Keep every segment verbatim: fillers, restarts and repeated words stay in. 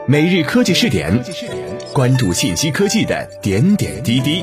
每日科技视点，关注信息科技的点点滴滴。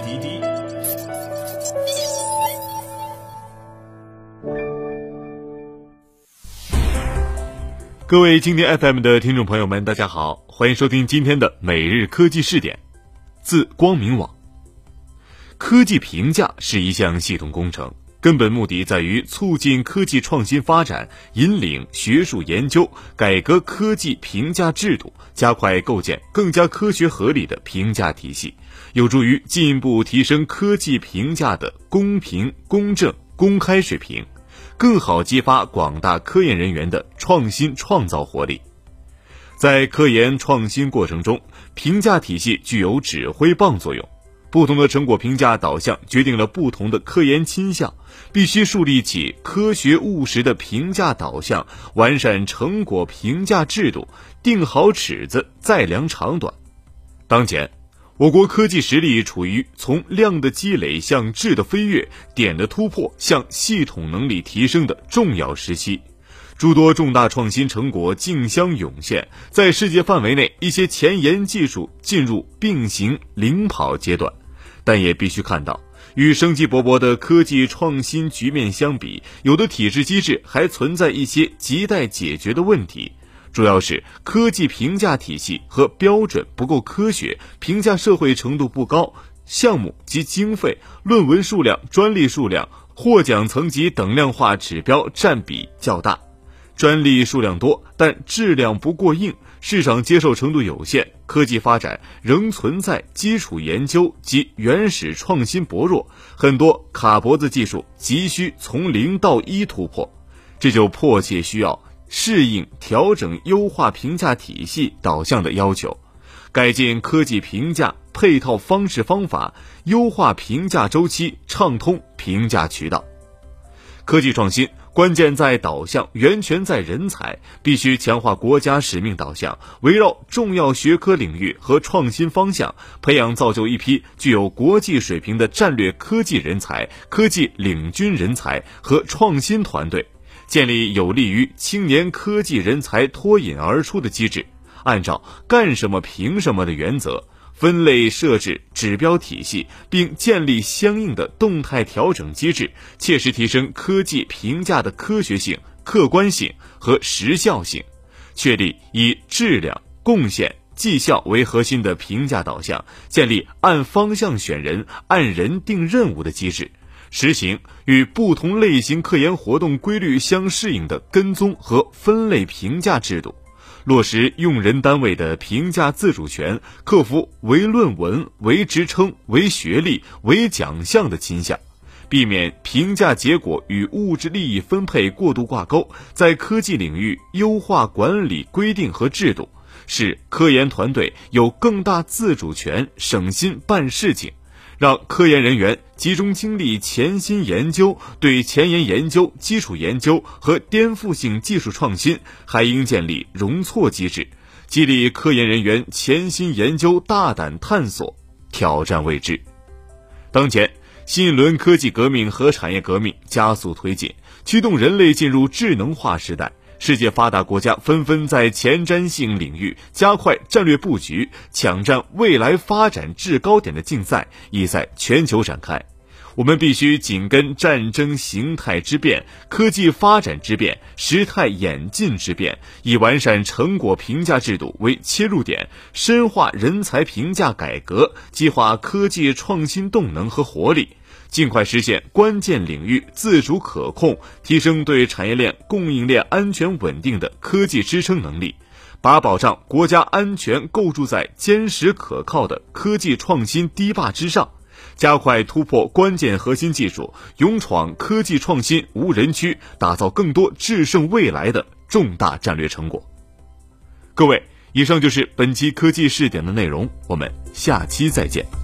各位今天 F M 的听众朋友们，大家好，欢迎收听今天的每日科技视点。自光明网。科技评价是一项系统工程，根本目的在于促进科技创新发展，引领学术研究，改革科技评价制度，加快构建更加科学合理的评价体系，有助于进一步提升科技评价的公平、公正、公开水平，更好激发广大科研人员的创新创造活力。在科研创新过程中，评价体系具有指挥棒作用。不同的成果评价导向决定了不同的科研倾向，必须树立起科学务实的评价导向，完善成果评价制度，定好尺子，再量长短。当前，我国科技实力处于从量的积累向质的飞跃、点的突破向系统能力提升的重要时期。诸多重大创新成果竞相涌现，在世界范围内，一些前沿技术进入并行领跑阶段。但也必须看到，与生机勃勃的科技创新局面相比，有的体制机制还存在一些亟待解决的问题，主要是科技评价体系和标准不够科学，评价社会程度不高，项目及经费、论文数量、专利数量、获奖层级等量化指标占比较大。专利数量多，但质量不过硬，市场接受程度有限，科技发展仍存在基础研究及原始创新薄弱，很多卡脖子技术急需从零到一突破，这就迫切需要适应调整优化评价体系导向的要求，改进科技评价配套方式方法，优化评价周期，畅通评价渠道。科技创新关键在导向，源泉在人才，必须强化国家使命导向，围绕重要学科领域和创新方向，培养造就一批具有国际水平的战略科技人才、科技领军人才和创新团队，建立有利于青年科技人才脱颖而出的机制，按照干什么凭什么的原则分类设置指标体系，并建立相应的动态调整机制，切实提升科技评价的科学性、客观性和时效性，确立以质量、贡献、绩效为核心的评价导向，建立按方向选人、按人定任务的机制，实行与不同类型科研活动规律相适应的跟踪和分类评价制度，落实用人单位的评价自主权，克服唯论文、唯职称、唯学历、唯奖项的倾向，避免评价结果与物质利益分配过度挂钩，在科技领域优化管理规定和制度，使科研团队有更大自主权，省心办事情，让科研人员集中精力潜心研究，对前沿研究、基础研究和颠覆性技术创新还应建立容错机制，激励科研人员潜心研究、大胆探索，挑战未知。当前，新一轮科技革命和产业革命加速推进，驱动人类进入智能化时代。世界发达国家纷纷在前瞻性领域加快战略布局，抢占未来发展制高点的竞赛已在全球展开。我们必须紧跟战争形态之变、科技发展之变、时态演进之变，以完善成果评价制度为切入点，深化人才评价改革，激化科技创新动能和活力，尽快实现关键领域自主可控，提升对产业链、供应链安全稳定的科技支撑能力，把保障国家安全构筑在坚实可靠的科技创新堤坝之上，加快突破关键核心技术，勇闯科技创新无人区，打造更多制胜未来的重大战略成果。各位，以上就是本期科技视点的内容，我们下期再见。